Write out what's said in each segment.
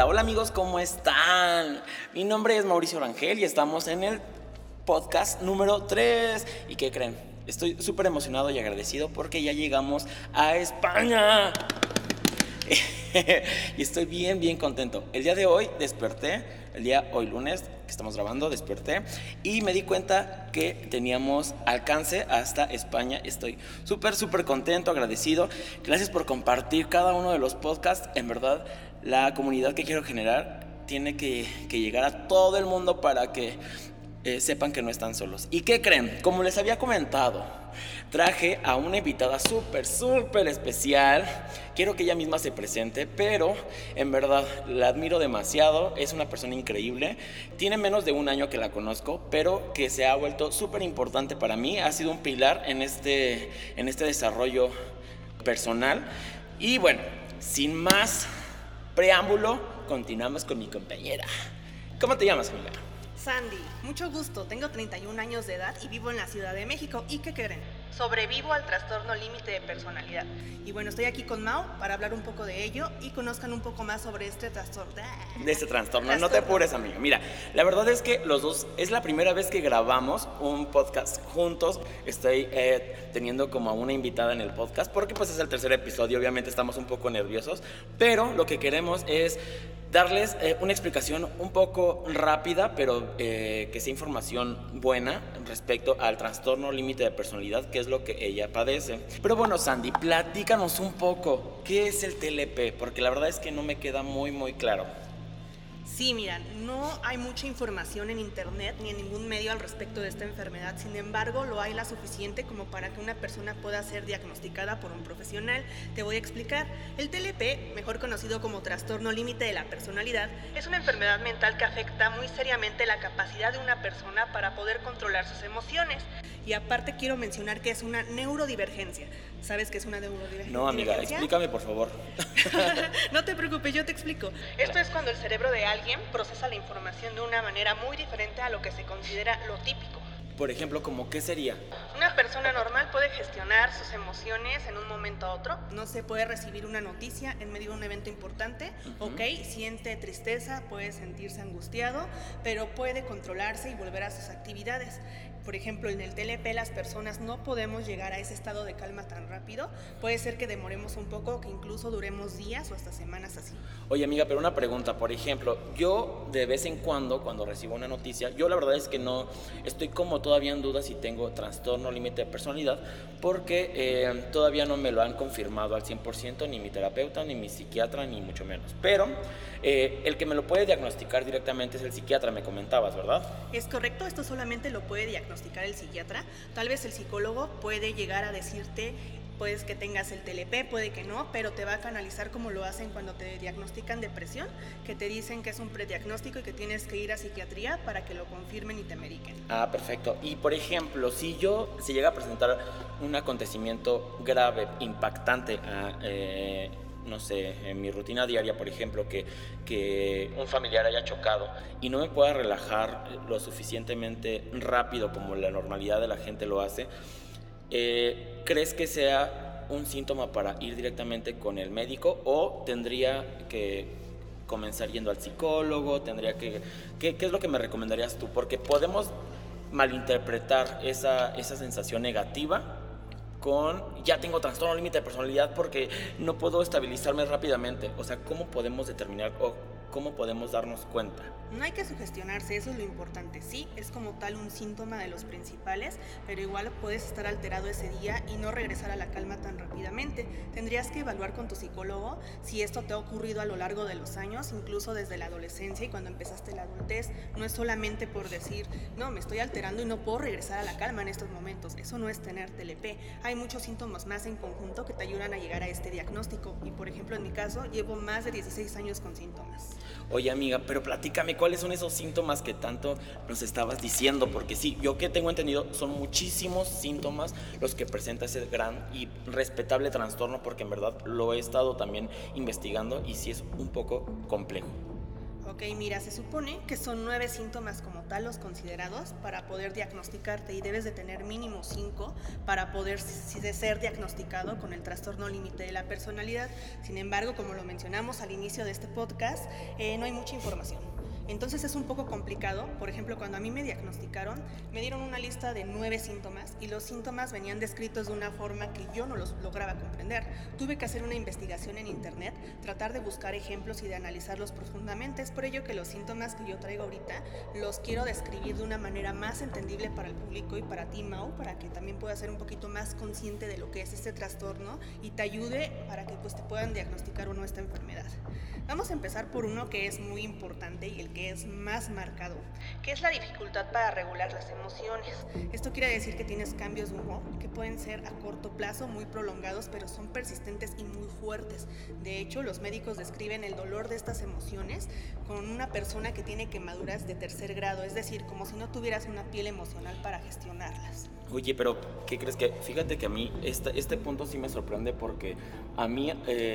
Hola, hola amigos, ¿cómo están? Mi nombre es Mauricio Rangel y estamos en el podcast número 3. ¿Y qué creen? Estoy súper emocionado y agradecido porque ya llegamos a España. Y estoy bien contento. El día de hoy desperté, hoy lunes que estamos grabando, desperté y me di cuenta que teníamos alcance hasta España. Estoy súper contento, agradecido. Gracias por compartir cada uno de los podcasts. En verdad, la comunidad que quiero generar tiene que llegar a todo el mundo para que sepan que no están solos. ¿Y qué creen? Como les había comentado, traje a una invitada súper especial. Quiero que ella misma se presente, pero en verdad la admiro demasiado. Es una persona increíble. Tiene menos de un año que la conozco, pero que se ha vuelto súper importante para mí. Ha sido un pilar en este desarrollo personal. Y bueno, sin más preámbulo, continuamos con mi compañera. ¿Cómo te llamas, amiga? Sandy, mucho gusto. Tengo 31 años de edad y vivo en la Ciudad de México. ¿Y qué creen? Sobrevivo al trastorno límite de personalidad. Y bueno, estoy aquí con Mau para hablar un poco de ello y conozcan un poco más sobre este trastorno. De este trastorno. No te apures, amiga. Mira, la verdad es que los dos, es la primera vez que grabamos un podcast juntos. Estoy teniendo como a una invitada en el podcast porque pues es el tercer episodio. Obviamente estamos un poco nerviosos, pero lo que queremos es darles una explicación un poco rápida, pero que sea información buena respecto al trastorno límite de personalidad, que es lo que ella padece. Pero bueno, Sandy, platícanos un poco, ¿qué es el TLP? Porque la verdad es que no me queda muy claro. Sí, mira, no hay mucha información en internet ni en ningún medio al respecto de esta enfermedad. Sin embargo, lo hay la suficiente como para que una persona pueda ser diagnosticada por un profesional. Te voy a explicar. El TLP, mejor conocido como trastorno límite de la personalidad, es una enfermedad mental que afecta muy seriamente la capacidad de una persona para poder controlar sus emociones. Y aparte quiero mencionar que es una neurodivergencia. ¿Sabes qué es una neurodivergencia? No, amiga, explícame por favor. No te preocupes, yo te explico. Esto es cuando el cerebro de alguien procesa la información de una manera muy diferente a lo que se considera lo típico. Por ejemplo, ¿cómo qué sería? Una persona normal puede gestionar sus emociones en un momento a otro. No se puede recibir una noticia en medio de un evento importante. Ok, siente tristeza, puede sentirse angustiado, pero puede controlarse y volver a sus actividades. Por ejemplo, en el TLP las personas no podemos llegar a ese estado de calma tan rápido. Puede ser que demoremos un poco, que incluso duremos días o hasta semanas así. Oye, amiga, pero una pregunta. Por ejemplo, yo de vez en cuando recibo una noticia, yo la verdad es que no estoy como todavía en duda si tengo trastorno límite de personalidad, porque todavía no me lo han confirmado al 100%, ni mi terapeuta, ni mi psiquiatra, ni mucho menos. Pero el que me lo puede diagnosticar directamente es el psiquiatra, me comentabas, ¿verdad? Es correcto, esto solamente lo puede diagnosticar el psiquiatra. Tal vez el psicólogo puede llegar a decirte, puedes que tengas el TLP, puede que no, pero te va a canalizar como lo hacen cuando te diagnostican depresión, que te dicen que es un prediagnóstico y que tienes que ir a psiquiatría para que lo confirmen y te mediquen. Ah, perfecto. Y por ejemplo, si se llega a presentar un acontecimiento grave, impactante no sé, en mi rutina diaria, por ejemplo, que un familiar haya chocado y no me pueda relajar lo suficientemente rápido como la normalidad de la gente lo hace, ¿crees que sea un síntoma para ir directamente con el médico o tendría que comenzar yendo al psicólogo? ¿Qué es lo que me recomendarías tú? Porque podemos malinterpretar esa sensación negativa con ya tengo trastorno límite de personalidad porque no puedo estabilizarme rápidamente. O sea, ¿cómo podemos determinar o cómo podemos darnos cuenta? No hay que sugestionarse, eso es lo importante. Sí, es como tal un síntoma de los principales, pero igual puedes estar alterado ese día y no regresar a la calma tan rápidamente. Tendrías que evaluar con tu psicólogo si esto te ha ocurrido a lo largo de los años, incluso desde la adolescencia y cuando empezaste la adultez. No es solamente por decir, no, me estoy alterando y no puedo regresar a la calma en estos momentos. Eso no es tener TLP. Hay muchos síntomas más en conjunto que te ayudan a llegar a este diagnóstico. Y por ejemplo, en mi caso, llevo más de 16 años con síntomas. Oye, amiga, pero platícame, ¿cuáles son esos síntomas que tanto nos estabas diciendo? Porque sí, yo que tengo entendido, son muchísimos síntomas los que presenta ese gran y respetable trastorno, porque en verdad lo he estado también investigando y sí es un poco complejo. Ok, Ok, mira, se supone que son 9 síntomas como tal los considerados para poder diagnosticarte y debes de tener mínimo 5 para poder ser diagnosticado con el trastorno límite de la personalidad. Sin embargo, como lo mencionamos al inicio de este podcast, no hay mucha información. Entonces es un poco complicado. Por ejemplo, cuando a mí me diagnosticaron, me dieron una lista de 9 síntomas y los síntomas venían descritos de una forma que yo no los lograba comprender. Tuve que hacer una investigación en internet, tratar de buscar ejemplos y de analizarlos profundamente. Es por ello que los síntomas que yo traigo ahorita los quiero describir de una manera más entendible para el público y para ti, Mau, para que también puedas ser un poquito más consciente de lo que es este trastorno y te ayude para que pues te puedan diagnosticar o no esta enfermedad. Vamos a empezar por uno que es muy importante y el que es más marcado, que es la dificultad para regular las emociones. Esto quiere decir que tienes cambios de humor que pueden ser a corto plazo muy prolongados, pero son persistentes y muy fuertes. De hecho, los médicos describen el dolor de estas emociones con una persona que tiene quemaduras de tercer grado, es decir, como si no tuvieras una piel emocional para gestionarlas. Oye, pero ¿qué crees? Que fíjate que a mí este punto sí me sorprende, porque a mí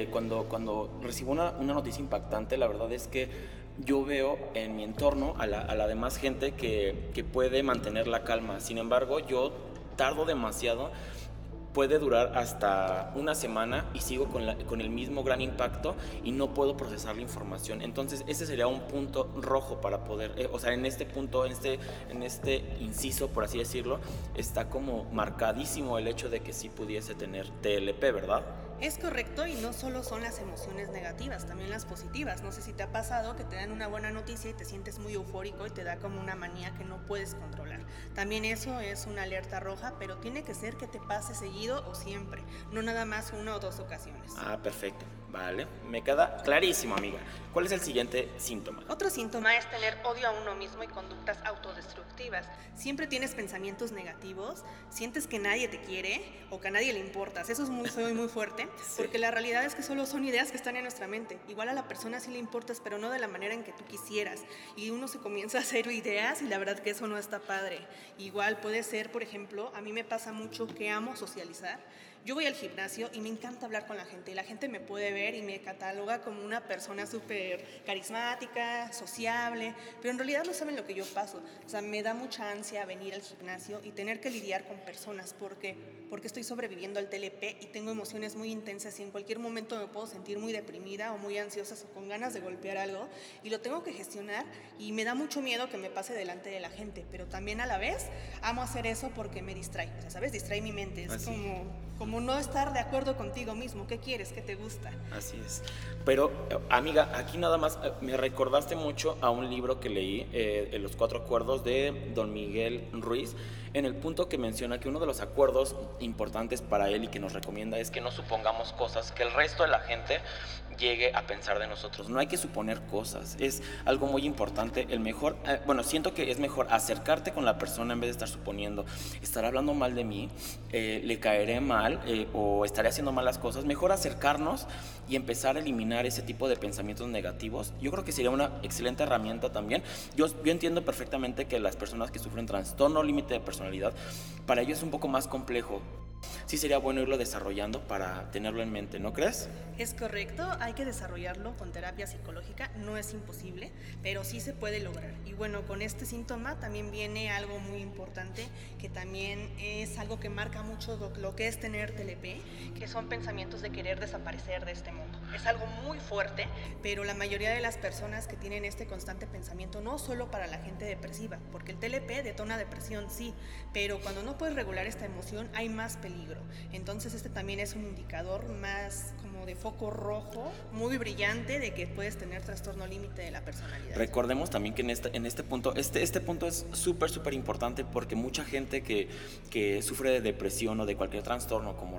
cuando recibo una noticia impactante, la verdad es que yo veo en mi entorno a la demás gente que puede mantener la calma. Sin embargo, yo tardo demasiado. Puede durar hasta una semana y sigo con el mismo gran impacto y no puedo procesar la información. Entonces ese sería un punto rojo para poder, o sea, en este punto, en este inciso, por así decirlo, está como marcadísimo el hecho de que sí pudiese tener TLP, ¿verdad? Es correcto, y no solo son las emociones negativas, también las positivas. No sé si te ha pasado que te dan una buena noticia y te sientes muy eufórico y te da como una manía que no puedes controlar. También eso es una alerta roja, pero tiene que ser que te pase seguido o siempre, no nada más una o dos ocasiones. Ah, perfecto. Vale, me queda clarísimo, amiga. ¿Cuál es el siguiente síntoma? Otro síntoma es tener odio a uno mismo y conductas autodestructivas. Siempre tienes pensamientos negativos, sientes que nadie te quiere o que a nadie le importas. Eso es muy feo y muy fuerte, porque la realidad es que solo son ideas que están en nuestra mente. Igual a la persona sí le importas, pero no de la manera en que tú quisieras. Y uno se comienza a hacer ideas y la verdad que eso no está padre. Igual puede ser, por ejemplo, a mí me pasa mucho que amo socializar. Yo voy al gimnasio y me encanta hablar con la gente, y la gente me puede ver y me cataloga como una persona súper carismática, sociable, pero en realidad no saben lo que yo paso. O sea, me da mucha ansia venir al gimnasio y tener que lidiar con personas porque estoy sobreviviendo al TLP y tengo emociones muy intensas y en cualquier momento me puedo sentir muy deprimida o muy ansiosa o con ganas de golpear algo y lo tengo que gestionar y me da mucho miedo que me pase delante de la gente, pero también a la vez amo hacer eso porque me distrae, o sea, ¿sabes? Distrae mi mente, es como no estar de acuerdo contigo mismo. ¿Qué quieres? ¿Qué te gusta? Así es. Pero, amiga, aquí nada más me recordaste mucho a un libro que leí, Los Cuatro Acuerdos de Don Miguel Ruiz, en el punto que menciona que uno de los acuerdos importantes para él y que nos recomienda es que no supongamos cosas que el resto de la gente llegue a pensar de nosotros. No hay que suponer cosas, es algo muy importante. Siento que es mejor acercarte con la persona en vez de estar suponiendo, estará hablando mal de mí, le caeré mal o estaré haciendo malas cosas. Mejor acercarnos y empezar a eliminar ese tipo de pensamientos negativos. Yo creo que sería una excelente herramienta también. Yo entiendo perfectamente que las personas que sufren trastorno límite de personalidad, para ellos es un poco más complejo. Sí sería bueno irlo desarrollando para tenerlo en mente, ¿no crees? Es correcto, hay que desarrollarlo con terapia psicológica, no es imposible, pero sí se puede lograr. Y bueno, con este síntoma también viene algo muy importante, que también es algo que marca mucho lo que es tener TLP, que son pensamientos de querer desaparecer de este mundo. Es algo muy fuerte, pero la mayoría de las personas que tienen este constante pensamiento, no solo para la gente depresiva, porque el TLP detona depresión, sí, pero cuando no puedes regular esta emoción hay más peligro. Entonces este también es un indicador más como de foco rojo, muy brillante, de que puedes tener trastorno límite de la personalidad. Recordemos también que en este punto, este punto es súper importante, porque mucha gente que sufre de depresión o de cualquier trastorno como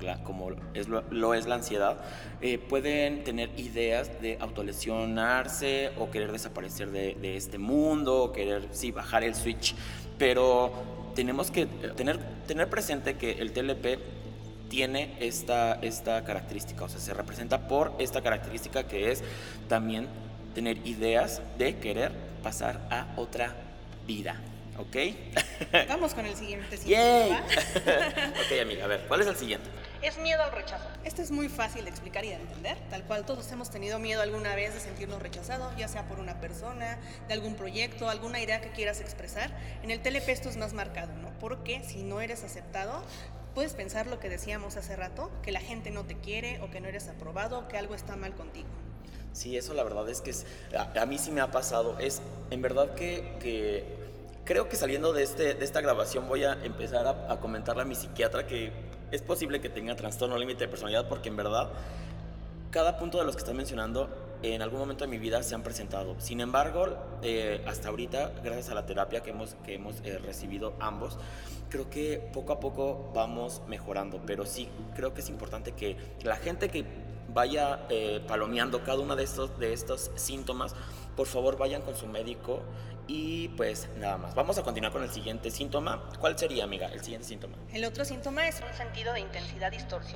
lo es la ansiedad, pueden tener ideas de autolesionarse o querer desaparecer de este mundo, o querer bajar el switch, pero tenemos que tener presente que el TLP tiene esta característica, o sea, se representa por esta característica que es también tener ideas de querer pasar a otra vida, ¿ok? Vamos con el siguiente síntoma. Ok, amiga, a ver, ¿cuál es el siguiente? Es miedo al rechazo. Esto es muy fácil de explicar y de entender. Tal cual todos hemos tenido miedo alguna vez de sentirnos rechazados, ya sea por una persona, de algún proyecto, alguna idea que quieras expresar. En el TLP esto es más marcado, ¿no? Porque si no eres aceptado, puedes pensar lo que decíamos hace rato, que la gente no te quiere o que no eres aprobado o que algo está mal contigo. Sí, eso la verdad es que a mí sí me ha pasado. Es en verdad que creo que saliendo de esta grabación voy a empezar a comentarle a mi psiquiatra que es posible que tenga trastorno límite de personalidad, porque en verdad cada punto de los que estás mencionando en algún momento de mi vida se han presentado. Sin embargo, hasta ahorita, gracias a la terapia que hemos recibido ambos, creo que poco a poco vamos mejorando. Pero sí, creo que es importante que la gente que vaya palomeando cada uno de estos síntomas, por favor vayan con su médico. Y pues nada más, vamos a continuar con el siguiente síntoma. ¿Cuál sería, amiga, el siguiente síntoma? El otro síntoma es un sentido de identidad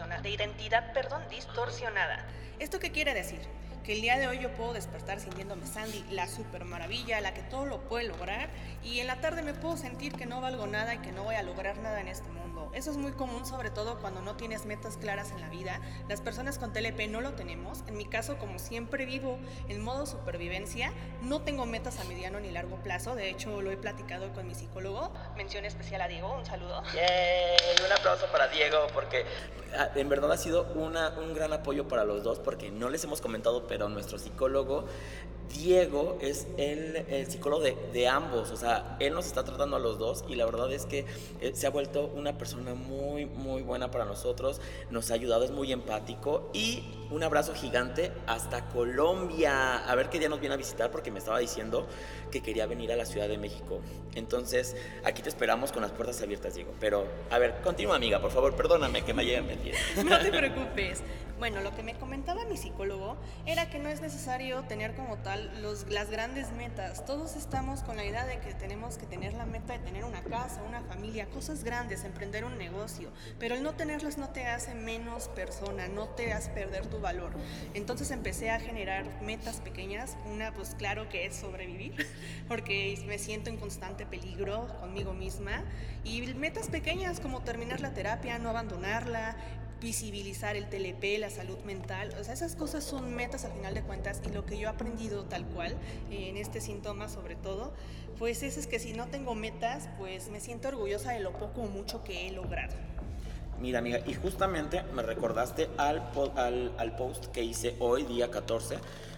distorsionada. ¿Esto qué quiere decir? Que el día de hoy yo puedo despertar sintiéndome Sandy, la super maravilla, la que todo lo puede lograr, y en la tarde me puedo sentir que no valgo nada y que no voy a lograr nada en este mundo. Eso es muy común, sobre todo cuando no tienes metas claras en la vida. Las personas con TLP no lo tenemos. En mi caso, como siempre vivo en modo supervivencia, no tengo metas a mediano ni largo plazo. De hecho, lo he platicado con mi psicólogo. Mención especial a Diego, un saludo. ¡Yay! Un aplauso para Diego, porque en verdad ha sido un gran apoyo para los dos, porque no les hemos comentado, pero nuestro psicólogo Diego es el psicólogo de ambos. O sea, él nos está tratando a los dos y la verdad es que se ha vuelto una persona muy, muy buena para nosotros. Nos ha ayudado, es muy empático. Y un abrazo gigante hasta Colombia. A ver qué día nos viene a visitar, porque me estaba diciendo que quería venir a la Ciudad de México. Entonces, aquí te esperamos con las puertas abiertas, Diego. Pero, a ver, continúa, amiga, por favor, perdóname que me haya metido. No te preocupes. Bueno, lo que me comentaba mi psicólogo era que no es necesario tener como tal las grandes metas. Todos estamos con la idea de que tenemos que tener la meta de tener una casa, una familia, cosas grandes, emprender un negocio. Pero el no tenerlas no te hace menos persona, no te hace perder tu valor. Entonces empecé a generar metas pequeñas. Una, pues claro que es sobrevivir, porque me siento en constante peligro conmigo misma. Y metas pequeñas como terminar la terapia, no abandonarla, visibilizar el TLP, la salud mental. O sea, esas cosas son metas al final de cuentas, y lo que yo he aprendido tal cual en este síntoma sobre todo, pues es que si no tengo metas, pues me siento orgullosa de lo poco o mucho que he logrado. Mira, amiga, y justamente me recordaste al post que hice hoy, día 14,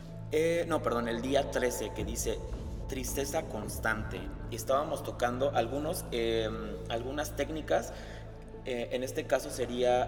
el día 13, que dice tristeza constante. Y estábamos tocando algunas técnicas. En este caso sería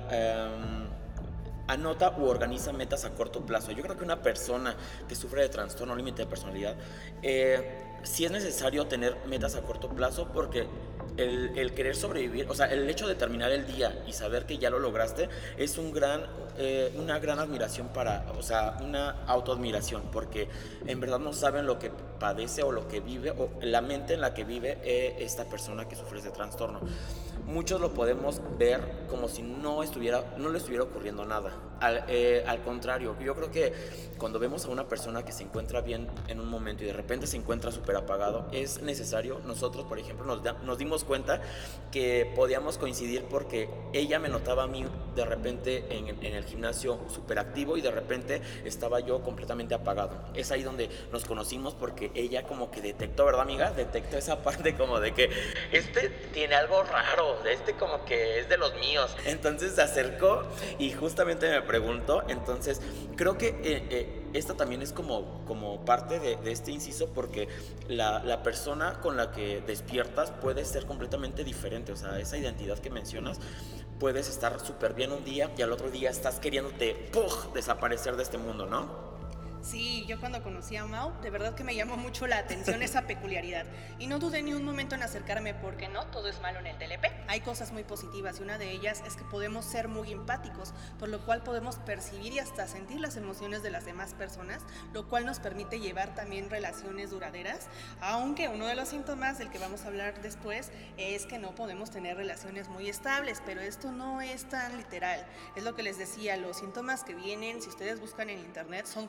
anota u organiza metas a corto plazo. Yo creo que una persona que sufre de trastorno límite de personalidad, sí es necesario tener metas a corto plazo, porque el querer sobrevivir, o sea, el hecho de terminar el día y saber que ya lo lograste es una gran admiración o sea, una autoadmiración, porque en verdad no saben lo que padece o lo que vive, o la mente en la que vive esta persona que sufre ese trastorno. Muchos lo podemos ver como si no le estuviera ocurriendo nada. Al contrario, yo creo que cuando vemos a una persona que se encuentra bien en un momento y de repente se encuentra súper apagado, es necesario. Nosotros, por ejemplo, nos dimos cuenta que podíamos coincidir, porque ella me notaba a mí de repente en el gimnasio súper activo y de repente estaba yo completamente apagado. Es ahí donde nos conocimos, porque ella como que detectó, ¿verdad, amiga? Detectó esa parte como de que tiene algo raro, como que es de los míos. Entonces se acercó y justamente me preguntó. Entonces creo que esta también es como parte de este inciso, porque la persona con la que despiertas puede ser completamente diferente. O sea, esa identidad que mencionas, puedes estar súper bien un día y al otro día estás queriéndote desaparecer de este mundo, ¿no? Sí, yo cuando conocí a Mau, de verdad que me llamó mucho la atención esa peculiaridad. Y no dudé ni un momento en acercarme, porque no todo es malo en el TLP. Hay cosas muy positivas, y una de ellas es que podemos ser muy empáticos, por lo cual podemos percibir y hasta sentir las emociones de las demás personas, lo cual nos permite llevar también relaciones duraderas. Aunque uno de los síntomas del que vamos a hablar después es que no podemos tener relaciones muy estables, pero esto no es tan literal. Es lo que les decía, los síntomas que vienen, si ustedes buscan en internet, son como muy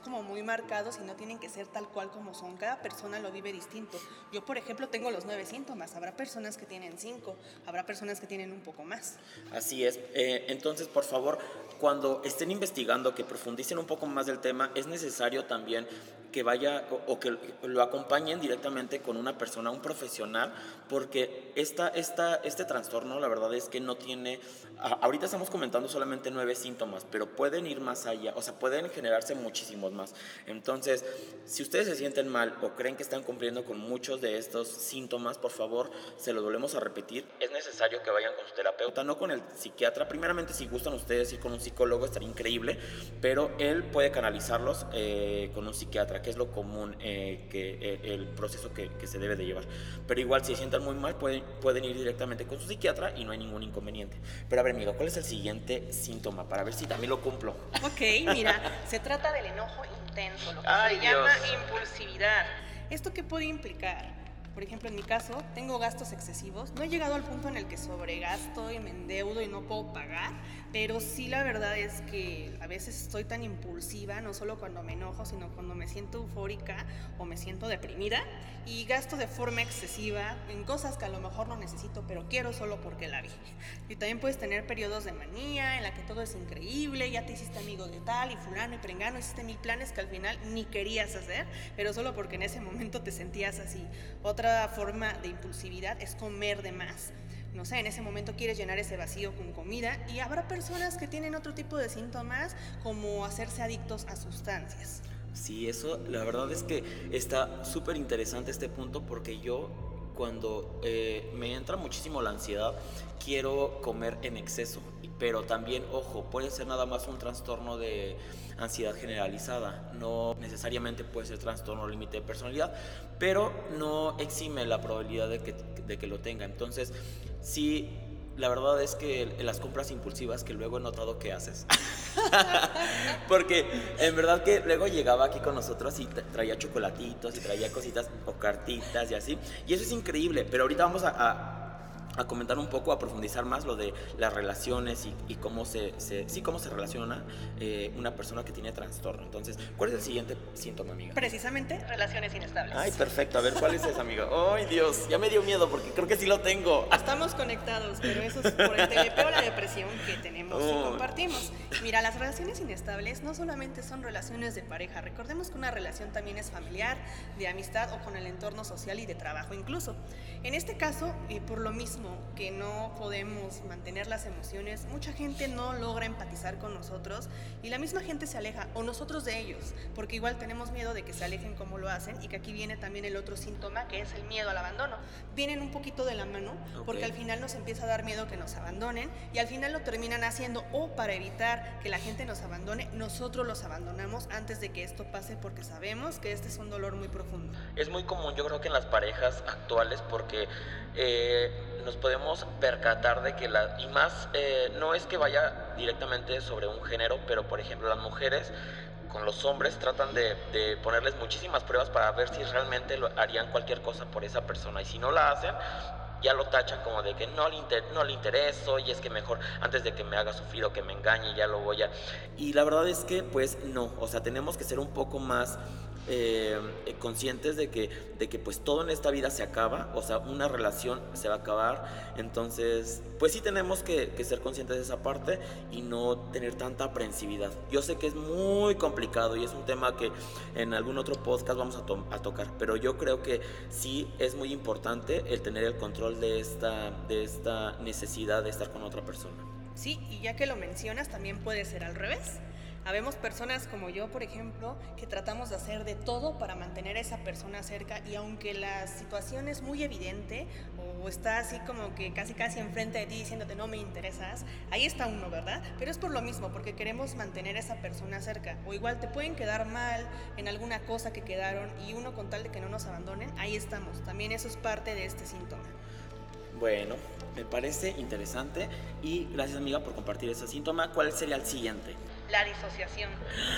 marcados y no tienen que ser tal cual como son. Cada persona lo vive distinto. Yo, por ejemplo, tengo los 9 síntomas. Habrá personas que tienen 5, habrá personas que tienen un poco más. Así es. Entonces, por favor, cuando estén investigando, que profundicen un poco más del tema, es necesario también que vaya o que lo acompañen directamente con una persona, un profesional, porque este trastorno, la verdad es que no tiene... Ahorita estamos comentando solamente 9 síntomas, pero pueden ir más allá, o sea, pueden generarse muchísimos más. Entonces, si ustedes se sienten mal o creen que están cumpliendo con muchos de estos síntomas, por favor, se los volvemos a repetir. Es necesario que vayan con su terapeuta, no con el psiquiatra. Primeramente, si gustan ustedes ir con un psicólogo, estaría increíble, pero él puede canalizarlos con un psiquiatra, que es lo común, el proceso que se debe de llevar. Pero igual, si se sientan muy mal, pueden ir directamente con su psiquiatra y no hay ningún inconveniente. Pero a ver, amiga, ¿cuál es el siguiente síntoma? Para ver si también lo cumplo. Ok, mira, se trata del enojo intenso, lo que se llama impulsividad. ¿Esto qué puede implicar? Por ejemplo, en mi caso, tengo gastos excesivos. No he llegado al punto en el que sobregasto y me endeudo y no puedo pagar, pero sí la verdad es que a veces estoy tan impulsiva, no solo cuando me enojo, sino cuando me siento eufórica o me siento deprimida, y gasto de forma excesiva en cosas que a lo mejor no necesito, pero quiero solo porque la vi. Y también puedes tener periodos de manía en la que todo es increíble, ya te hiciste amigo de tal y fulano y prengano, hiciste 1000 planes que al final ni querías hacer, pero solo porque en ese momento te sentías así. Otra forma de impulsividad es comer de más. No sé, en ese momento quieres llenar ese vacío con comida, y habrá personas que tienen otro tipo de síntomas, como hacerse adictos a sustancias. Sí, eso, la verdad es que está súper interesante este punto, porque yo cuando me entra muchísimo la ansiedad, quiero comer en exceso, pero también, ojo, puede ser nada más un trastorno de ansiedad generalizada, no necesariamente puede ser trastorno límite de personalidad, pero no exime la probabilidad de que lo tenga. Entonces, sí, la verdad es que las compras impulsivas, que luego he notado que haces, porque en verdad que luego llegaba aquí con nosotros y traía chocolatitos y traía cositas o cartitas y así, y eso es increíble. Pero ahorita vamos a comentar un poco, a profundizar más lo de las relaciones y cómo se relaciona una persona que tiene trastorno. Entonces, ¿cuál es el siguiente síntoma, amiga? Precisamente, relaciones inestables. Ay, perfecto. A ver, ¿cuál es esa, amiga? Ay, Dios, ya me dio miedo porque creo que sí lo tengo. Estamos conectados, pero eso es por el telepeo, la depresión que tenemos y compartimos. Mira, las relaciones inestables no solamente son relaciones de pareja. Recordemos que una relación también es familiar, de amistad o con el entorno social y de trabajo incluso. En este caso, por lo mismo que no podemos mantener las emociones, mucha gente no logra empatizar con nosotros y la misma gente se aleja, o nosotros de ellos, porque igual tenemos miedo de que se alejen como lo hacen, y que aquí viene también el otro síntoma, que es el miedo al abandono. Vienen un poquito de la mano, porque al final nos empieza a dar miedo que nos abandonen, y al final lo terminan haciendo, o para evitar que la gente nos abandone, nosotros los abandonamos antes de que esto pase, porque sabemos que este es un dolor muy profundo. Es muy común, yo creo que en las parejas actuales, porque nos podemos percatar de que y más, no es que vaya directamente sobre un género, pero por ejemplo las mujeres con los hombres tratan de ponerles muchísimas pruebas para ver si realmente harían cualquier cosa por esa persona, y si no la hacen, ya lo tachan como de que no le intereso, y es que mejor antes de que me haga sufrir o que me engañe, ya lo voy a... Y la verdad es que pues no, o sea, tenemos que ser un poco más conscientes de que pues todo en esta vida se acaba, o sea, una relación se va a acabar. Entonces pues sí tenemos que ser conscientes de esa parte y no tener tanta aprensividad. Yo sé que es muy complicado y es un tema que en algún otro podcast vamos a tocar, pero yo creo que sí es muy importante el tener el control de esta necesidad de estar con otra persona. Sí, y ya que lo mencionas, también puede ser al revés. Habemos personas como yo, por ejemplo, que tratamos de hacer de todo para mantener a esa persona cerca, y aunque la situación es muy evidente o está así como que casi enfrente de ti diciéndote no me interesas, ahí está uno, ¿verdad? Pero es por lo mismo, porque queremos mantener a esa persona cerca, o igual te pueden quedar mal en alguna cosa que quedaron, y uno con tal de que no nos abandonen, ahí estamos. También eso es parte de este síntoma. Bueno, me parece interesante y gracias, amiga, por compartir ese síntoma. ¿Cuál sería el siguiente? La disociación.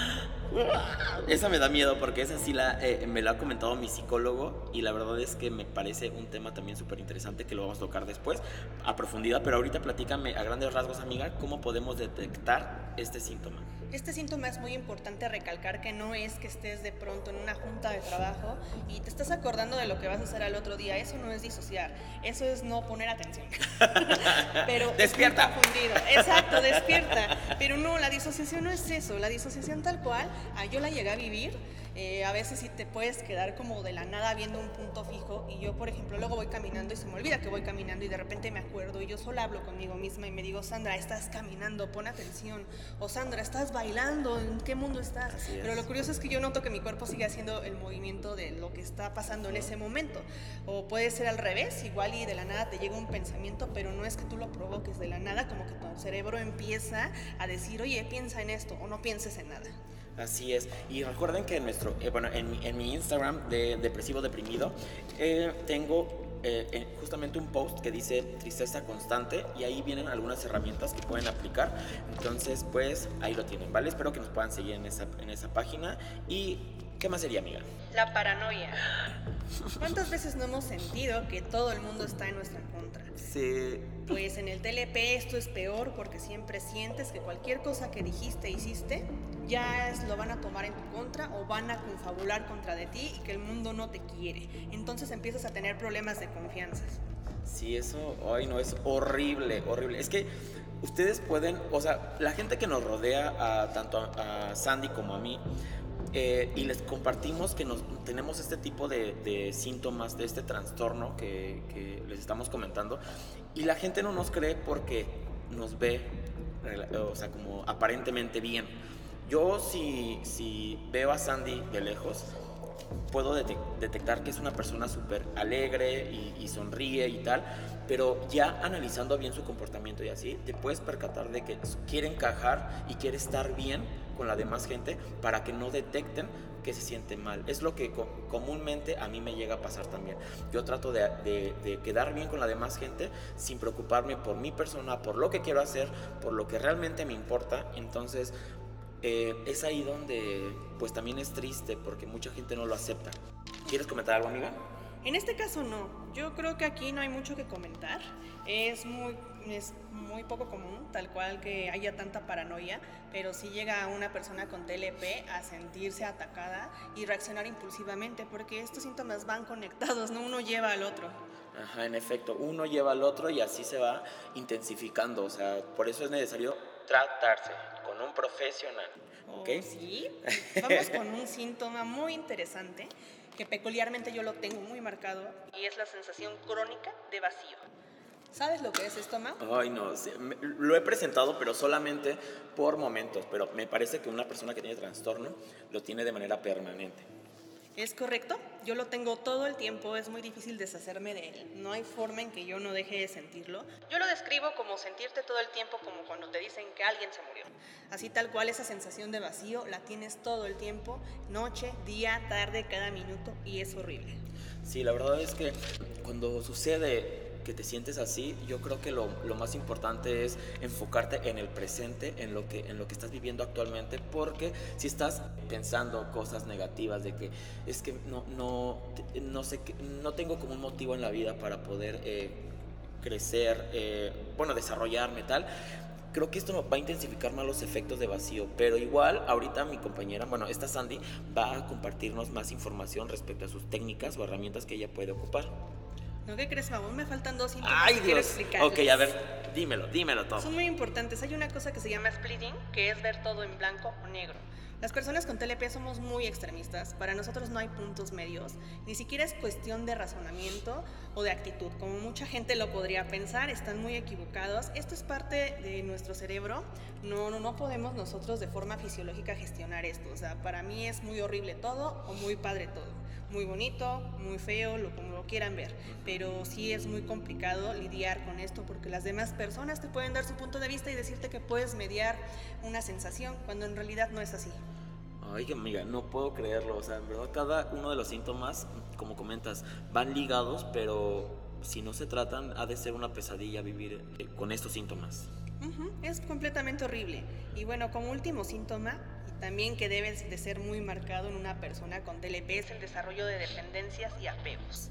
Esa me da miedo porque esa sí me la ha comentado mi psicólogo y la verdad es que me parece un tema también súper interesante que lo vamos a tocar después a profundidad, pero ahorita platícame a grandes rasgos, amiga, cómo podemos detectar este síntoma. Este síntoma es muy importante recalcar que no es que estés de pronto en una junta de trabajo y te estás acordando de lo que vas a hacer al otro día. Eso no es disociar, eso es no poner atención. Pero despierta. Es muy confundido. Exacto, despierta. Pero no, la disociación no es eso. La disociación tal cual, yo la llegué a vivir. A veces sí te puedes quedar como de la nada viendo un punto fijo y yo, por ejemplo, luego voy caminando y se me olvida que voy caminando y de repente me acuerdo y yo solo hablo conmigo misma y me digo, Sandra, estás caminando, pon atención, o Sandra, estás bailando, ¿en qué mundo estás? Pero lo curioso es que yo noto que mi cuerpo sigue haciendo el movimiento de lo que está pasando en ese momento, o puede ser al revés, igual y de la nada te llega un pensamiento, pero no es que tú lo provoques de la nada, como que tu cerebro empieza a decir, oye, piensa en esto o no pienses en nada. Así es, y recuerden que en mi Instagram de Depresivo Deprimido tengo justamente un post que dice tristeza constante y ahí vienen algunas herramientas que pueden aplicar, entonces pues ahí lo tienen, ¿vale? Espero que nos puedan seguir en esa página. Y ¿qué más sería, amiga? La paranoia. ¿Cuántas veces no hemos sentido que todo el mundo está en nuestra contra? Sí. Pues en el TLP esto es peor porque siempre sientes que cualquier cosa que dijiste, hiciste, lo van a tomar en tu contra o van a confabular contra de ti y que el mundo no te quiere. Entonces empiezas a tener problemas de confianza. Sí, eso, ay no, es horrible, horrible. Es que ustedes pueden, o sea, la gente que nos rodea, tanto a Sandy como a mí, y les compartimos que tenemos este tipo de síntomas, de este trastorno que les estamos comentando, y la gente no nos cree porque nos ve, o sea, como aparentemente bien. Yo si veo a Sandy de lejos, puedo detectar que es una persona súper alegre y sonríe y tal, pero ya analizando bien su comportamiento y así, te puedes percatar de que quiere encajar y quiere estar bien con la demás gente para que no detecten que se siente mal. Es lo que comúnmente a mí me llega a pasar también. Yo trato de quedar bien con la demás gente sin preocuparme por mi persona, por lo que quiero hacer, por lo que realmente me importa. Entonces es ahí donde pues también es triste porque mucha gente no lo acepta. ¿Quieres comentar algo, amiga? En este caso no, yo creo que aquí no hay mucho que comentar, es muy poco común tal cual que haya tanta paranoia, pero sí llega una persona con TLP a sentirse atacada y reaccionar impulsivamente porque estos síntomas van conectados, ¿no? Uno lleva al otro. Ajá, en efecto, uno lleva al otro y así se va intensificando, o sea, por eso es necesario tratarse con un profesional, ¿ok? Sí, vamos con un síntoma muy interesante que peculiarmente yo lo tengo muy marcado y es la sensación crónica de vacío. ¿Sabes lo que es esto, Mau? Ay, no, sí, lo he presentado, pero solamente por momentos, pero me parece que una persona que tiene trastorno lo tiene de manera permanente. Es correcto, yo lo tengo todo el tiempo, es muy difícil deshacerme de él, no hay forma en que yo no deje de sentirlo. Yo lo describo como sentirte todo el tiempo como cuando te dicen que alguien se murió. Así tal cual esa sensación de vacío la tienes todo el tiempo, noche, día, tarde, cada minuto y es horrible. Sí, la verdad es que cuando sucede que te sientes así, yo creo que lo más importante es enfocarte en el presente, en lo que estás viviendo actualmente, porque si estás pensando cosas negativas de que es que no sé, no tengo como un motivo en la vida para poder crecer, desarrollarme tal, creo que esto va a intensificar más los efectos de vacío, pero igual ahorita mi compañera, esta Sandy, va a compartirnos más información respecto a sus técnicas o herramientas que ella puede ocupar. ¿No? ¿Qué crees, Pabón? Me faltan dos síntomas ¡Ay, que Dios! quiero explicarles. Ok, a ver, dímelo todo. Son muy importantes. Hay una cosa que se llama splitting, que es ver todo en blanco o negro. Las personas con TLP somos muy extremistas. Para nosotros no hay puntos medios. Ni siquiera es cuestión de razonamiento o de actitud. Como mucha gente lo podría pensar, están muy equivocados. Esto es parte de nuestro cerebro. No podemos nosotros de forma fisiológica gestionar esto. O sea, para mí es muy horrible todo o muy padre todo. Muy bonito, muy feo, como lo quieran ver. Pero sí es muy complicado lidiar con esto porque las demás personas te pueden dar su punto de vista y decirte que puedes mediar una sensación cuando en realidad no es así. Ay, amiga, no puedo creerlo. O sea, en verdad cada uno de los síntomas, como comentas, van ligados, pero si no se tratan, ha de ser una pesadilla vivir con estos síntomas. Es completamente horrible. Y bueno, como último síntoma, y También que debes de ser muy marcado en una persona con TLP es el desarrollo de dependencias y apegos.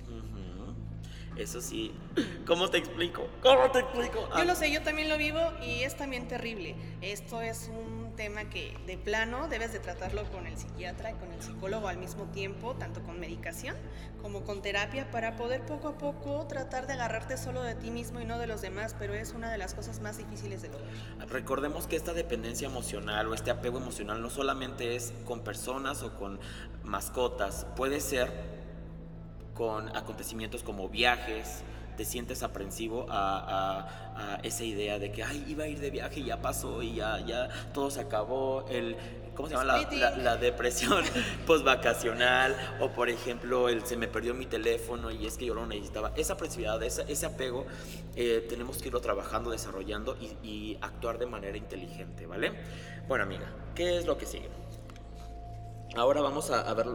Eso sí. ¿Cómo te explico? ¿Cómo te explico? Yo lo sé, yo también lo vivo y es también terrible. Esto es un tema que de plano debes de tratarlo con el psiquiatra y con el psicólogo al mismo tiempo, tanto con medicación como con terapia, para poder poco a poco tratar de agarrarte solo de ti mismo y no de los demás, pero es una de las cosas más difíciles de lograr. Recordemos que esta dependencia emocional o este apego emocional no solamente es con personas o con mascotas, puede ser con acontecimientos como viajes. Te sientes aprensivo a esa idea de que ay, iba a ir de viaje y ya pasó y ya todo se acabó. ¿Cómo se llama? La depresión postvacacional, o por ejemplo se me perdió mi teléfono y es que yo lo necesitaba. Esa apreciación, ese apego, tenemos que irlo trabajando, desarrollando y actuar de manera inteligente, ¿vale? Bueno, amiga, ¿qué es lo que sigue? Ahora vamos a ver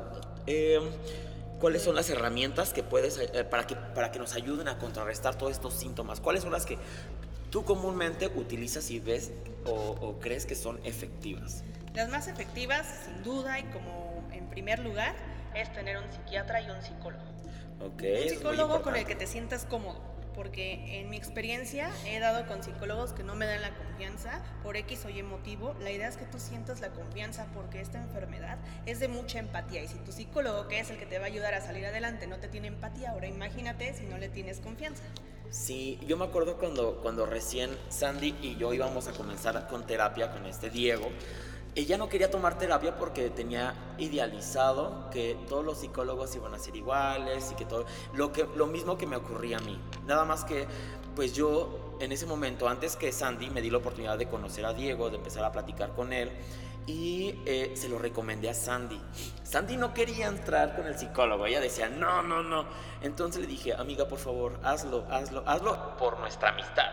cuáles son las herramientas que puedes para que nos ayuden a contrarrestar todos estos síntomas. ¿Cuáles son las que tú comúnmente utilizas y ves o crees que son efectivas? Las más efectivas, sin duda, y como en primer lugar, es tener un psiquiatra y un psicólogo. Okay, un psicólogo con el que te sientas cómodo, porque en mi experiencia he dado con psicólogos que no me dan la confianza por X o Y motivo. La idea es que tú sientas la confianza, porque esta enfermedad es de mucha empatía, y si tu psicólogo, que es el que te va a ayudar a salir adelante, no te tiene empatía, ahora imagínate si no le tienes confianza. Sí, yo me acuerdo cuando recién Sandy y yo íbamos a comenzar con terapia con Diego. Ella no quería tomar terapia porque tenía idealizado que todos los psicólogos iban a ser iguales y que todo lo mismo que me ocurría a mí. Nada más que pues yo en ese momento, antes que Sandy, me di la oportunidad de conocer a Diego, de empezar a platicar con él, y se lo recomendé a Sandy. Sandy no quería entrar con el psicólogo, ella decía no. Entonces le dije, amiga, por favor, hazlo por nuestra amistad.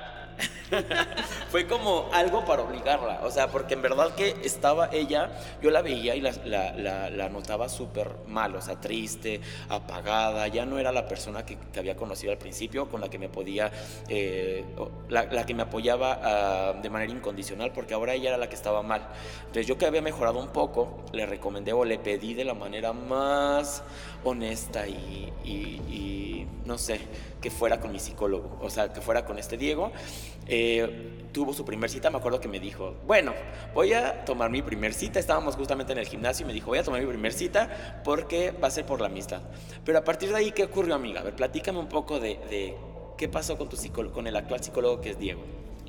Fue como algo para obligarla, o sea, porque en verdad que estaba ella, yo la veía y la notaba súper mal, o sea, triste, apagada, ya no era la persona que había conocido al principio, con la que me podía, la que me apoyaba de manera incondicional, porque ahora ella era la que estaba mal. Entonces yo, que había mejorado un poco, le recomendé o le pedí de la manera más honesta y no sé, que fuera con mi psicólogo, o sea, que fuera con Diego. Tuvo su primer cita, me acuerdo que me dijo, bueno, voy a tomar mi primer cita, estábamos justamente en el gimnasio y me dijo, voy a tomar mi primer cita porque va a ser por la amistad. Pero a partir de ahí, ¿qué ocurrió, amiga? A ver, platícame un poco de qué pasó con con el actual psicólogo, que es Diego.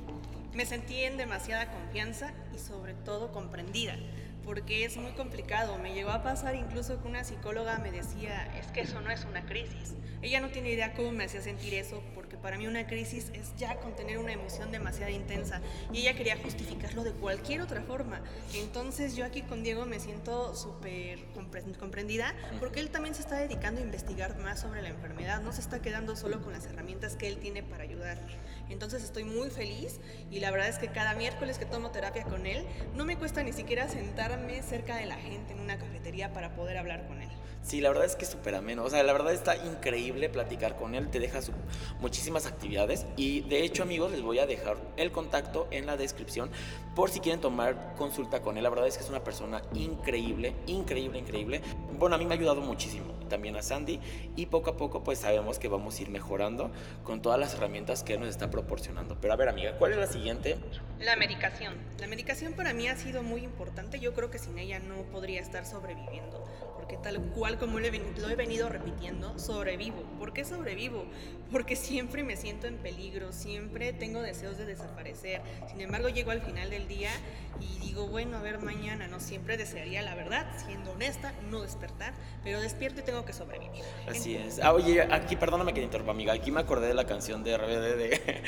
Me sentí en demasiada confianza y sobre todo comprendida, porque es muy complicado. Me llegó a pasar incluso que una psicóloga me decía, es que eso no es una crisis. Ella no tiene idea cómo me hacía sentir eso, porque para mí una crisis es ya contener una emoción demasiado intensa, y ella quería justificarlo de cualquier otra forma. Entonces yo aquí con Diego me siento súper comprendida, porque él también se está dedicando a investigar más sobre la enfermedad, no se está quedando solo con las herramientas que él tiene para ayudarme. Entonces estoy muy feliz, y la verdad es que cada miércoles que tomo terapia con él, no me cuesta ni siquiera sentarme cerca de la gente en una cafetería para poder hablar con él. Sí, la verdad es que es súper ameno, o sea, la verdad está increíble platicar con él, te deja muchísimas actividades, y de hecho, amigos, les voy a dejar el contacto en la descripción por si quieren tomar consulta con él. La verdad es que es una persona increíble. Bueno, a mí me ha ayudado muchísimo, también a Sandy, y poco a poco pues sabemos que vamos a ir mejorando con todas las herramientas que él nos está proporcionando. Pero a ver, amiga, ¿cuál es la siguiente? La medicación. La medicación para mí ha sido muy importante. Yo creo que sin ella no podría estar sobreviviendo, porque tal cual como lo he venido repitiendo, sobrevivo. ¿Por qué sobrevivo? Porque siempre me siento en peligro, siempre tengo deseos de desaparecer. Sin embargo, llego al final del día y digo, bueno, a ver, mañana, no siempre desearía, la verdad, siendo honesta, no despertar, pero despierto y tengo que sobrevivir. Así es. Oye, aquí, perdóname que te interrumpa, amiga, aquí me acordé de la canción de RBD de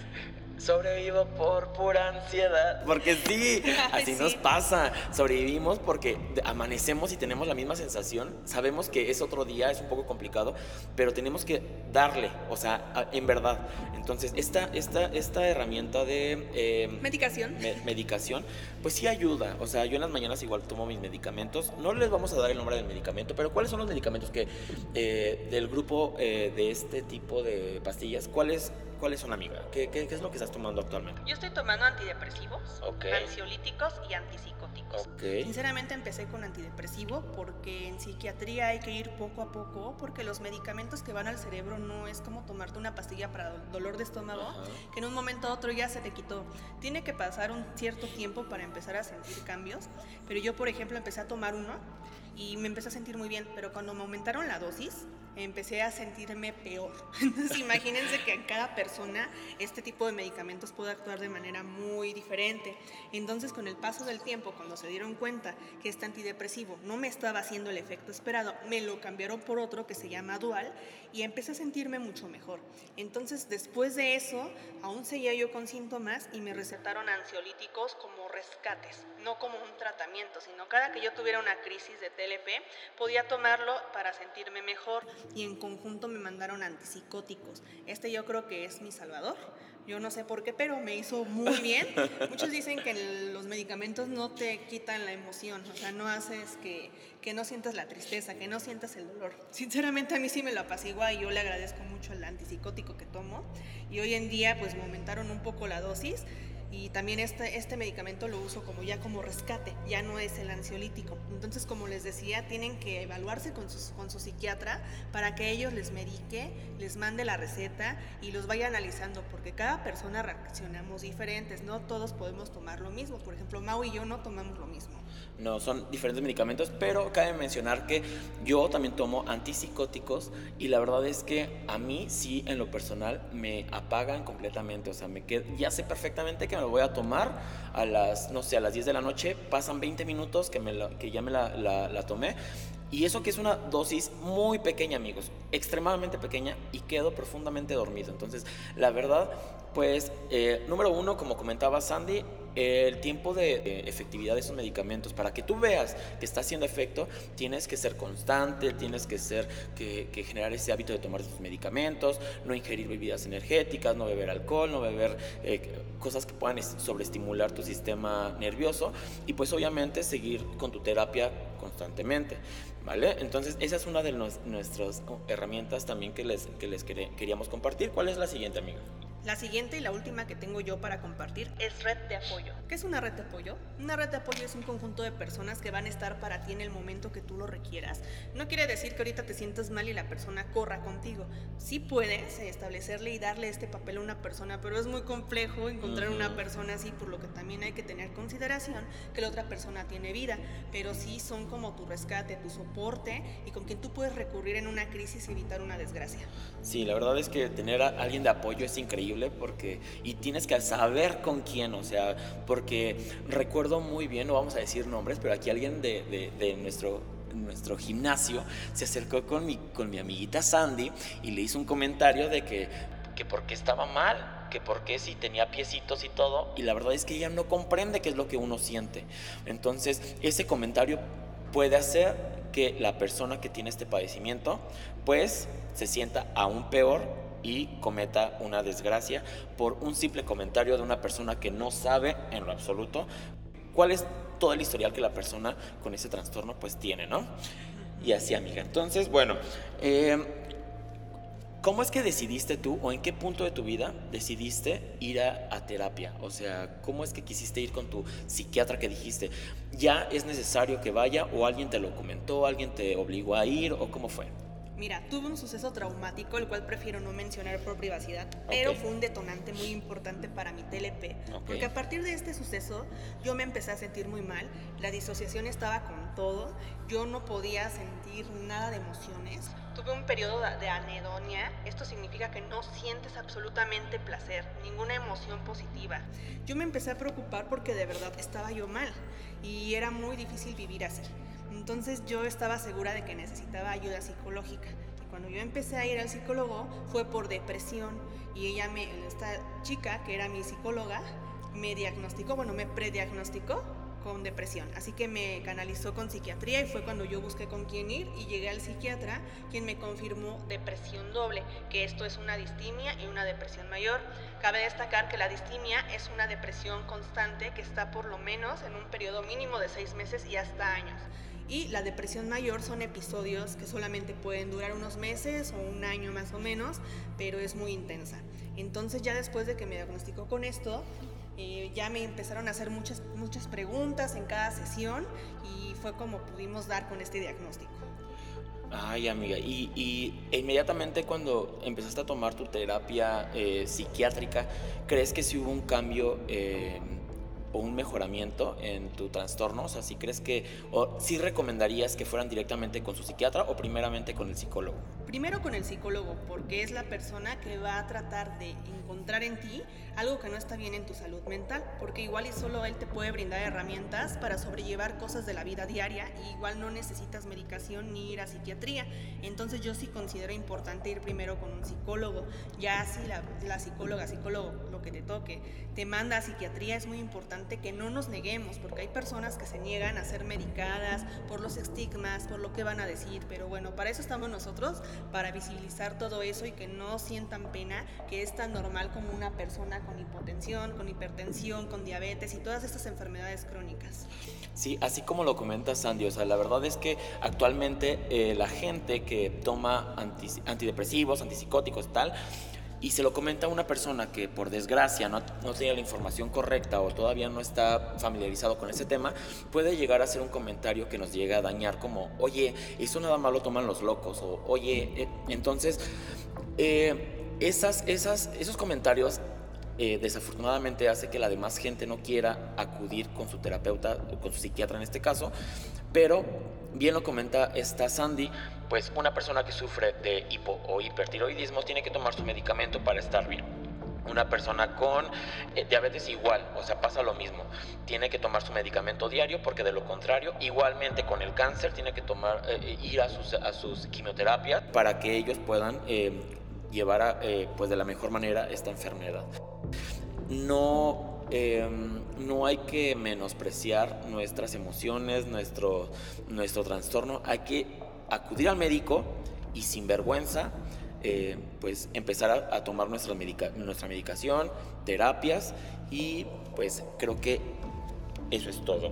sobrevivo por pura ansiedad. Porque sí, así sí nos pasa. Sobrevivimos porque amanecemos y tenemos la misma sensación. Sabemos que es otro día, es un poco complicado, pero tenemos que darle, o sea, en verdad. Entonces, esta herramienta de medicación, pues sí ayuda. O sea, yo en las mañanas igual tomo mis medicamentos. No les vamos a dar el nombre del medicamento, pero ¿cuáles son los medicamentos que del grupo de este tipo de pastillas? ¿Cuáles ¿cuáles son, amiga? ¿Qué es lo que estás tomando actualmente? Yo estoy tomando antidepresivos, Ok. ansiolíticos y antipsicóticos. Ok. Sinceramente empecé con antidepresivo porque en psiquiatría hay que ir poco a poco, porque los medicamentos que van al cerebro no es como tomarte una pastilla para dolor de estómago, Ajá. que en un momento a otro ya se te quitó. Tiene que pasar un cierto tiempo para empezar a sentir cambios, pero yo, por ejemplo, empecé a tomar uno y me empecé a sentir muy bien, pero cuando me aumentaron la dosis, empecé a sentirme peor. Entonces imagínense que a cada persona este tipo de medicamentos puede actuar de manera muy diferente. Entonces, con el paso del tiempo, cuando se dieron cuenta que este antidepresivo no me estaba haciendo el efecto esperado, me lo cambiaron por otro que se llama Dual y empecé a sentirme mucho mejor. Entonces, después de eso, aún seguía yo con síntomas y me recetaron ansiolíticos como rescates, no como un tratamiento, sino cada que yo tuviera una crisis de TLP, podía tomarlo para sentirme mejor, y en conjunto me mandaron antipsicóticos. Este yo creo que es mi salvador. Yo no sé por qué, pero me hizo muy bien. Muchos dicen que los medicamentos no te quitan la emoción, o sea, no haces que no sientas la tristeza, que no sientas el dolor. Sinceramente a mí sí me lo apacigua y yo le agradezco mucho el antipsicótico que tomo. Y hoy en día pues me aumentaron un poco la dosis. Y también este medicamento lo uso como rescate, ya no es el ansiolítico. Entonces, como les decía, tienen que evaluarse con su psiquiatra para que ellos les medique, les mande la receta y los vaya analizando, porque cada persona reaccionamos diferentes, no todos podemos tomar lo mismo. Por ejemplo, Mau y yo no tomamos lo mismo. No, son diferentes medicamentos, pero cabe mencionar que yo también tomo antipsicóticos y la verdad es que a mí sí, en lo personal, me apagan completamente. O sea, ya sé perfectamente que me lo voy a tomar a las 10 de la noche, pasan 20 minutos que ya me la tomé. Y eso que es una dosis muy pequeña, amigos, extremadamente pequeña, y quedo profundamente dormido. Entonces, la verdad, pues, número uno, como comentaba Sandy, el tiempo de efectividad de esos medicamentos, para que tú veas que está haciendo efecto, tienes que ser constante, tienes que generar ese hábito de tomar tus medicamentos, no ingerir bebidas energéticas, no beber alcohol, no beber cosas que puedan sobreestimular tu sistema nervioso, y pues obviamente seguir con tu terapia constantemente, ¿vale? Entonces esa es una de nuestras herramientas también que les queríamos compartir. ¿Cuál es la siguiente, amiga? La siguiente y la última que tengo yo para compartir es red de apoyo. ¿Qué es una red de apoyo? Una red de apoyo es un conjunto de personas que van a estar para ti en el momento que tú lo requieras. No quiere decir que ahorita te sientas mal y la persona corra contigo. Sí puedes establecerle y darle este papel a una persona, pero es muy complejo encontrar una persona así, por lo que también hay que tener consideración que la otra persona tiene vida, pero sí son como tu rescate, tu soporte y con quien tú puedes recurrir en una crisis y evitar una desgracia. Sí, la verdad es que tener a alguien de apoyo es increíble, y tienes que saber con quién, o sea, porque recuerdo muy bien, no vamos a decir nombres, pero aquí alguien de nuestro gimnasio se acercó con mi amiguita Sandy y le hizo un comentario de que porque estaba mal, que porque si tenía piecitos y todo, y la verdad es que ella no comprende qué es lo que uno siente. Entonces ese comentario puede hacer que la persona que tiene este padecimiento pues se sienta aún peor y cometa una desgracia por un simple comentario de una persona que no sabe en lo absoluto cuál es todo el historial que la persona con ese trastorno pues tiene, ¿no? Y así, amiga. Entonces, bueno, ¿cómo es que decidiste tú, o en qué punto de tu vida decidiste ir a terapia? O sea, ¿cómo es que quisiste ir con tu psiquiatra, que dijiste, ya es necesario que vaya, o alguien te lo comentó, alguien te obligó a ir, o cómo fue? Mira, tuve un suceso traumático, el cual prefiero no mencionar por privacidad, pero fue un detonante muy importante para mi TLP, porque a partir de este suceso yo me empecé a sentir muy mal, la disociación estaba con todo, yo no podía sentir nada de emociones, tuve un periodo de anedonia, esto significa que no sientes absolutamente placer, ninguna emoción positiva. Yo me empecé a preocupar porque de verdad estaba yo mal y era muy difícil vivir así. Entonces yo estaba segura de que necesitaba ayuda psicológica. Y cuando yo empecé a ir al psicólogo fue por depresión, y esta chica que era mi psicóloga me prediagnosticó con depresión, así que me canalizó con psiquiatría y fue cuando yo busqué con quién ir y llegué al psiquiatra, quien me confirmó depresión doble, que esto es una distimia y una depresión mayor. Cabe destacar que la distimia es una depresión constante que está por lo menos en un periodo mínimo de 6 meses y hasta años. Y la depresión mayor son episodios que solamente pueden durar unos meses o un año más o menos, pero es muy intensa. Entonces ya después de que me diagnosticó con esto, ya me empezaron a hacer muchas preguntas en cada sesión y fue como pudimos dar con este diagnóstico. Ay, amiga, y inmediatamente cuando empezaste a tomar tu terapia psiquiátrica, ¿crees que sí hubo un cambio o un mejoramiento en tu trastorno? O sea, ¿sí crees o sí recomendarías que fueran directamente con su psiquiatra o primeramente con el psicólogo? Primero con el psicólogo, porque es la persona que va a tratar de encontrar en ti algo que no está bien en tu salud mental, porque igual y solo él te puede brindar herramientas para sobrellevar cosas de la vida diaria y igual no necesitas medicación ni ir a psiquiatría. Entonces yo sí considero importante ir primero con un psicólogo. Ya si la psicólogo, lo que te toque, te manda a psiquiatría, es muy importante que no nos neguemos, porque hay personas que se niegan a ser medicadas por los estigmas, por lo que van a decir, pero bueno, para eso estamos nosotros, para visibilizar todo eso y que no sientan pena, que es tan normal como una persona con hipotensión, con hipertensión, con diabetes y todas estas enfermedades crónicas. Sí, así como lo comenta Sandy, o sea, la verdad es que actualmente la gente que toma antidepresivos, antipsicóticos, tal, y se lo comenta a una persona que por desgracia no tiene la información correcta o todavía no está familiarizado con ese tema, puede llegar a hacer un comentario que nos llega a dañar como, oye, eso nada más lo toman los locos, o oye, entonces esos comentarios desafortunadamente hace que la demás gente no quiera acudir con su terapeuta, con su psiquiatra en este caso, pero bien lo comenta esta Sandy, pues una persona que sufre de hipo o hipertiroidismo tiene que tomar su medicamento para estar bien. Una persona con diabetes igual, o sea, pasa lo mismo. Tiene que tomar su medicamento diario porque de lo contrario, igualmente con el cáncer, tiene que ir a sus quimioterapias para que ellos puedan llevar pues de la mejor manera esta enfermedad. No hay que menospreciar nuestras emociones, nuestro trastorno. Hay que acudir al médico y sin vergüenza pues empezar a tomar nuestra medicación, terapias, y pues creo que eso es todo.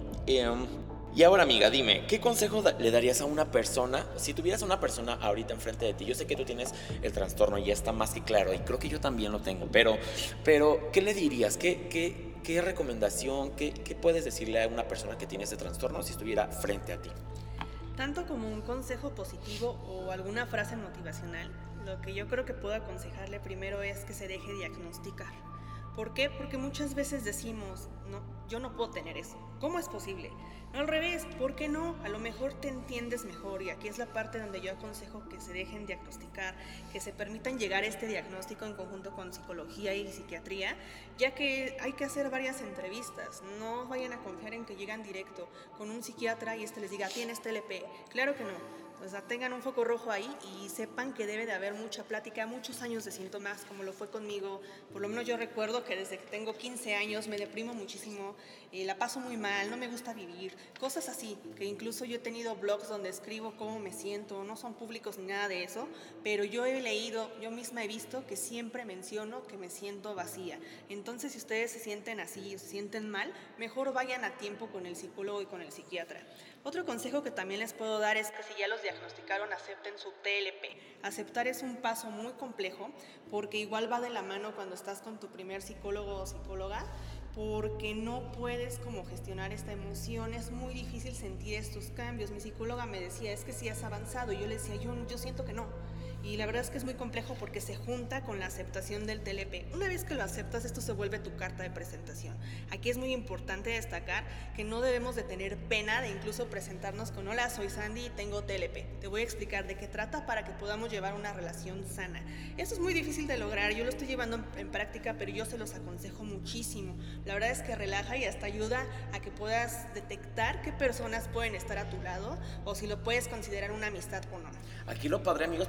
Y ahora, amiga, dime, ¿qué consejo le darías a una persona, si tuvieras a una persona ahorita enfrente de ti? Yo sé que tú tienes el trastorno y ya está más que claro, y creo que yo también lo tengo, pero ¿qué le dirías? ¿Qué recomendación, qué puedes decirle a una persona que tiene ese trastorno si estuviera frente a ti? Tanto como un consejo positivo o alguna frase motivacional, lo que yo creo que puedo aconsejarle primero es que se deje diagnosticar. ¿Por qué? Porque muchas veces decimos, no, yo no puedo tener eso. ¿Cómo es posible? No, al revés, ¿por qué no? A lo mejor te entiendes mejor, y aquí es la parte donde yo aconsejo que se dejen diagnosticar, que se permitan llegar a este diagnóstico en conjunto con psicología y psiquiatría, ya que hay que hacer varias entrevistas. No vayan a confiar en que llegan directo con un psiquiatra y les diga, tienes TLP. Claro que no. O sea, tengan un foco rojo ahí y sepan que debe de haber mucha plática, muchos años de síntomas, como lo fue conmigo. Por lo menos yo recuerdo que desde que tengo 15 años me deprimo muchísimo, la paso muy mal, no me gusta vivir, cosas así, que incluso yo he tenido blogs donde escribo cómo me siento, no son públicos ni nada de eso, pero yo he leído, yo misma he visto que siempre menciono que me siento vacía. Entonces, si ustedes se sienten así o se sienten mal, mejor vayan a tiempo con el psicólogo y con el psiquiatra. Otro consejo que también les puedo dar es que si ya los diagnosticaron, acepten su TLP. Aceptar es un paso muy complejo porque igual va de la mano cuando estás con tu primer psicólogo o psicóloga, porque no puedes como gestionar esta emoción, es muy difícil sentir estos cambios. Mi psicóloga me decía, es que sí has avanzado, y yo le decía, yo siento que no. Y la verdad es que es muy complejo porque se junta con la aceptación del TLP. Una vez que lo aceptas, esto se vuelve tu carta de presentación. Aquí es muy importante destacar que no debemos de tener pena de incluso presentarnos con, hola, soy Sandy y tengo TLP. Te voy a explicar de qué trata para que podamos llevar una relación sana. Esto es muy difícil de lograr, yo lo estoy llevando en práctica, pero yo se los aconsejo muchísimo. La verdad es que relaja y hasta ayuda a que puedas detectar qué personas pueden estar a tu lado o si lo puedes considerar una amistad o no. Aquí lo padre, amigos, perdóname que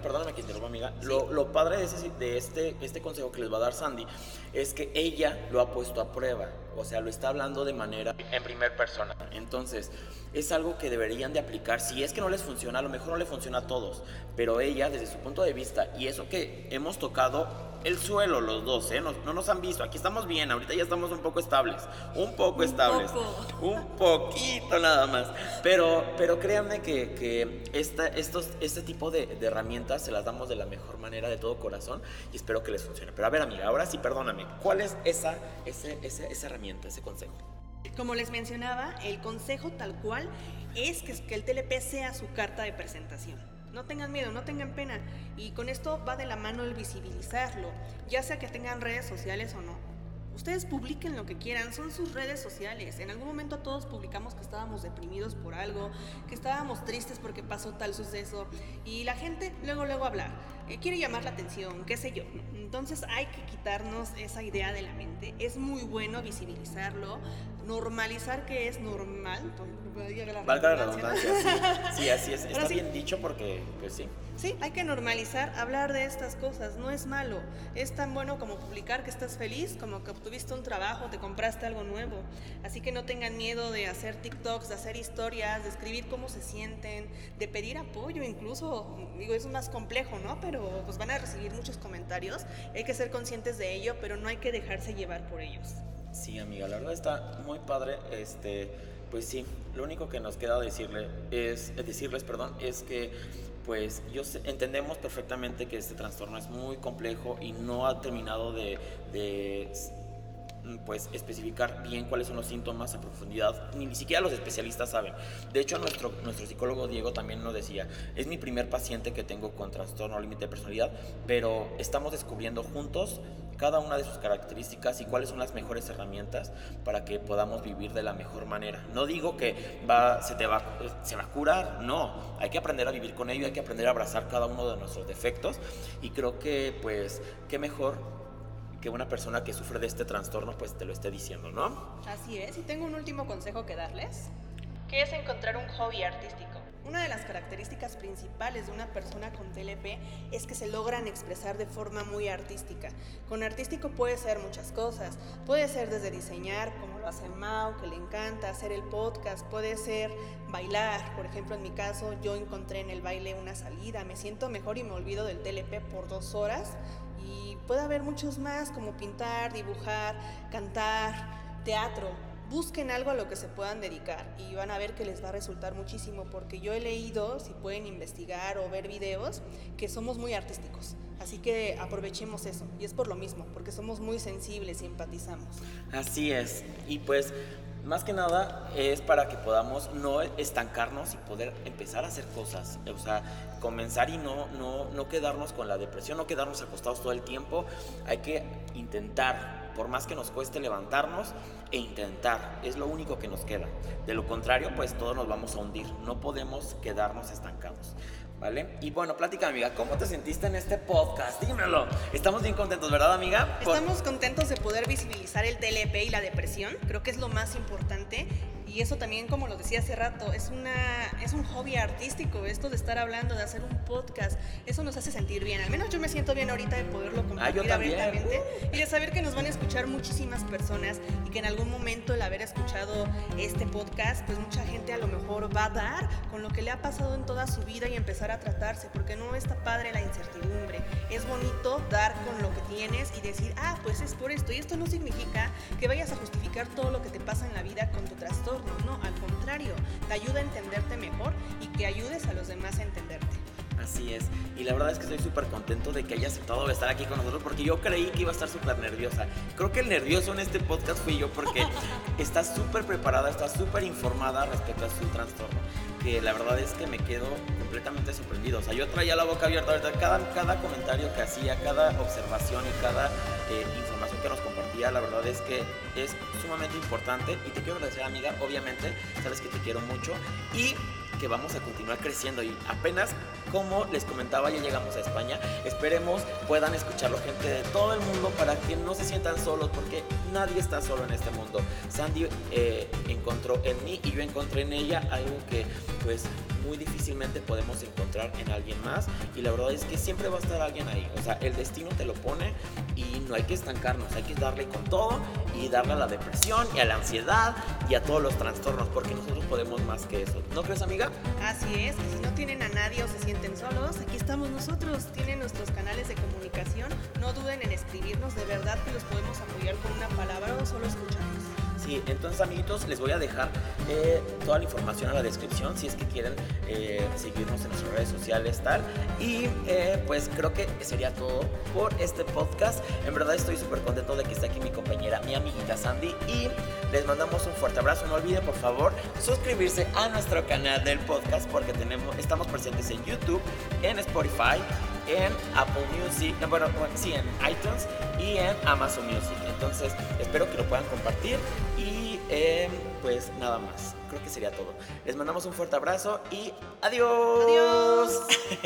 interrumpa, amiga. Sí. Lo padre de este consejo que les va a dar Sandy es que ella lo ha puesto a prueba. O sea, lo está hablando de manera en primer persona. Entonces, es algo que deberían de aplicar. Si es que no les funciona, a lo mejor no le funciona a todos. Pero ella, desde su punto de vista, y eso que hemos tocado el suelo los dos, ¿eh? No nos han visto. Aquí estamos bien, ahorita ya estamos un poco estables. Un poquito nada más. Pero créanme que este tipo de herramientas se las damos de la mejor manera, de todo corazón, y espero que les funcione. Pero a ver, amiga, ahora sí, perdóname, ¿cuál es esa herramienta, ese consejo? Como les mencionaba, el consejo tal cual es que el TLP sea su carta de presentación. No tengan miedo, no tengan pena. Y con esto va de la mano el visibilizarlo, ya sea que tengan redes sociales o no. Ustedes publiquen lo que quieran, son sus redes sociales. En algún momento todos publicamos que estábamos deprimidos por algo, que estábamos tristes porque pasó tal suceso, y la gente luego habla, quiere llamar la atención, qué sé yo. Entonces hay que quitarnos esa idea de la mente. Es muy bueno visibilizarlo, normalizar que es normal. Valga la redundancia, sí, así es. Está bien dicho porque, pues sí. Sí, hay que normalizar hablar de estas cosas, no es malo. Es tan bueno como publicar que estás feliz, como que obtuviste un trabajo, te compraste algo nuevo. Así que no tengan miedo de hacer TikToks, de hacer historias, de escribir cómo se sienten, de pedir apoyo incluso. Digo, es más complejo, ¿no? Pero pues van a recibir muchos comentarios. Hay que ser conscientes de ello, pero no hay que dejarse llevar por ellos. Sí, amiga, la verdad está muy padre. Pues sí, lo único que nos queda decirles, es que pues entendemos perfectamente que este trastorno es muy complejo y no ha terminado de pues especificar bien cuáles son los síntomas a profundidad, ni siquiera los especialistas saben. De hecho, nuestro psicólogo Diego también nos decía, es mi primer paciente que tengo con trastorno límite de personalidad, pero estamos descubriendo juntos cada una de sus características y cuáles son las mejores herramientas para que podamos vivir de la mejor manera. No digo que se va a curar, no, hay que aprender a vivir con ello, hay que aprender a abrazar cada uno de nuestros defectos, y creo que pues qué mejor que una persona que sufre de este trastorno pues te lo esté diciendo, ¿no? Así es, y tengo un último consejo que darles, que es encontrar un hobby artístico. Una de las características principales de una persona con TLP es que se logran expresar de forma muy artística. Con artístico puede ser muchas cosas, puede ser desde diseñar, como lo hace Mau, que le encanta, hacer el podcast, puede ser bailar. Por ejemplo, en mi caso, yo encontré en el baile una salida, me siento mejor y me olvido del TLP por 2 horas. Y puede haber muchos más, como pintar, dibujar, cantar, teatro. Busquen algo a lo que se puedan dedicar y van a ver que les va a resultar muchísimo, porque yo he leído, si pueden investigar o ver videos, que somos muy artísticos. Así que aprovechemos eso, y es por lo mismo, porque somos muy sensibles y empatizamos. Así es, y pues más que nada es para que podamos no estancarnos y poder empezar a hacer cosas, o sea, comenzar y no quedarnos con la depresión, no quedarnos acostados todo el tiempo. Hay que intentar, por más que nos cueste levantarnos e intentar, es lo único que nos queda. De lo contrario, pues todos nos vamos a hundir, no podemos quedarnos estancados, ¿vale? Y bueno, plática, amiga, ¿cómo te sentiste en este podcast? Dímelo. Estamos bien contentos, ¿verdad, amiga? Estamos contentos de poder visibilizar el TLP y la depresión, creo que es lo más importante. Y eso también, como lo decía hace rato, es un hobby artístico, esto de estar hablando, de hacer un podcast, eso nos hace sentir bien. Al menos yo me siento bien ahorita de poderlo compartir abiertamente y de saber que nos van a escuchar muchísimas personas y que en algún momento el haber escuchado este podcast, pues mucha gente a lo mejor va a dar con lo que le ha pasado en toda su vida y empezar a tratarse, porque no está padre la incertidumbre. Es bonito dar con lo que tienes y decir, pues es por esto. Y esto no significa que vayas a justificar todo lo que te pasa en la vida con tu trastorno. No, al contrario, te ayuda a entenderte mejor y que ayudes a los demás a entenderte. Así es, y la verdad es que estoy súper contento de que haya aceptado estar aquí con nosotros, porque yo creí que iba a estar súper nerviosa. Creo que el nervioso en este podcast fui yo, porque está súper preparada, está súper informada respecto a su trastorno, que la verdad es que me quedo completamente sorprendido. O sea, yo traía la boca abierta, ¿verdad? Cada comentario que hacía, cada observación y cada información que nos compartía, la verdad es que es sumamente importante, y te quiero agradecer, amiga, obviamente, sabes que te quiero mucho, y que vamos a continuar creciendo y apenas, como les comentaba, ya llegamos a España. Esperemos puedan escucharlo gente de todo el mundo para que no se sientan solos, porque nadie está solo en este mundo. Sandy encontró en mí y yo encontré en ella algo que pues muy difícilmente podemos encontrar en alguien más, y la verdad es que siempre va a estar alguien ahí. O sea, el destino te lo pone y no hay que estancarnos, hay que darle con todo y darle a la depresión y a la ansiedad y a todos los trastornos, porque nosotros podemos más que eso. ¿No crees, amiga? Así es, que si no tienen a nadie o se sienten solos, aquí estamos nosotros. Tienen nuestros canales de comunicación. No duden en escribirnos, de verdad que los podemos apoyar con una palabra o solo escucharnos. Sí, entonces, amiguitos, les voy a dejar toda la información en la descripción si es que quieren seguirnos en nuestras redes sociales, tal. Y pues creo que sería todo por este podcast. En verdad estoy súper contento de que esté aquí mi compañera, mi amiguita Sandy, y les mandamos un fuerte abrazo. No olviden, por favor, suscribirse a nuestro canal del podcast, porque estamos presentes en YouTube, en Spotify, en Apple Music, sí, en iTunes y en Amazon Music. Entonces espero que lo puedan compartir y pues nada más, creo que sería todo. Les mandamos un fuerte abrazo y adiós. Adiós.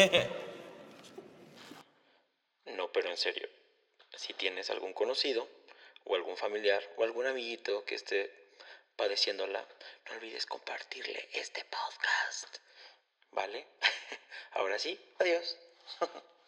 No, pero en serio, si tienes algún conocido o algún familiar o algún amiguito que esté padeciéndola, no olvides compartirle este podcast, ¿vale? Ahora sí, adiós.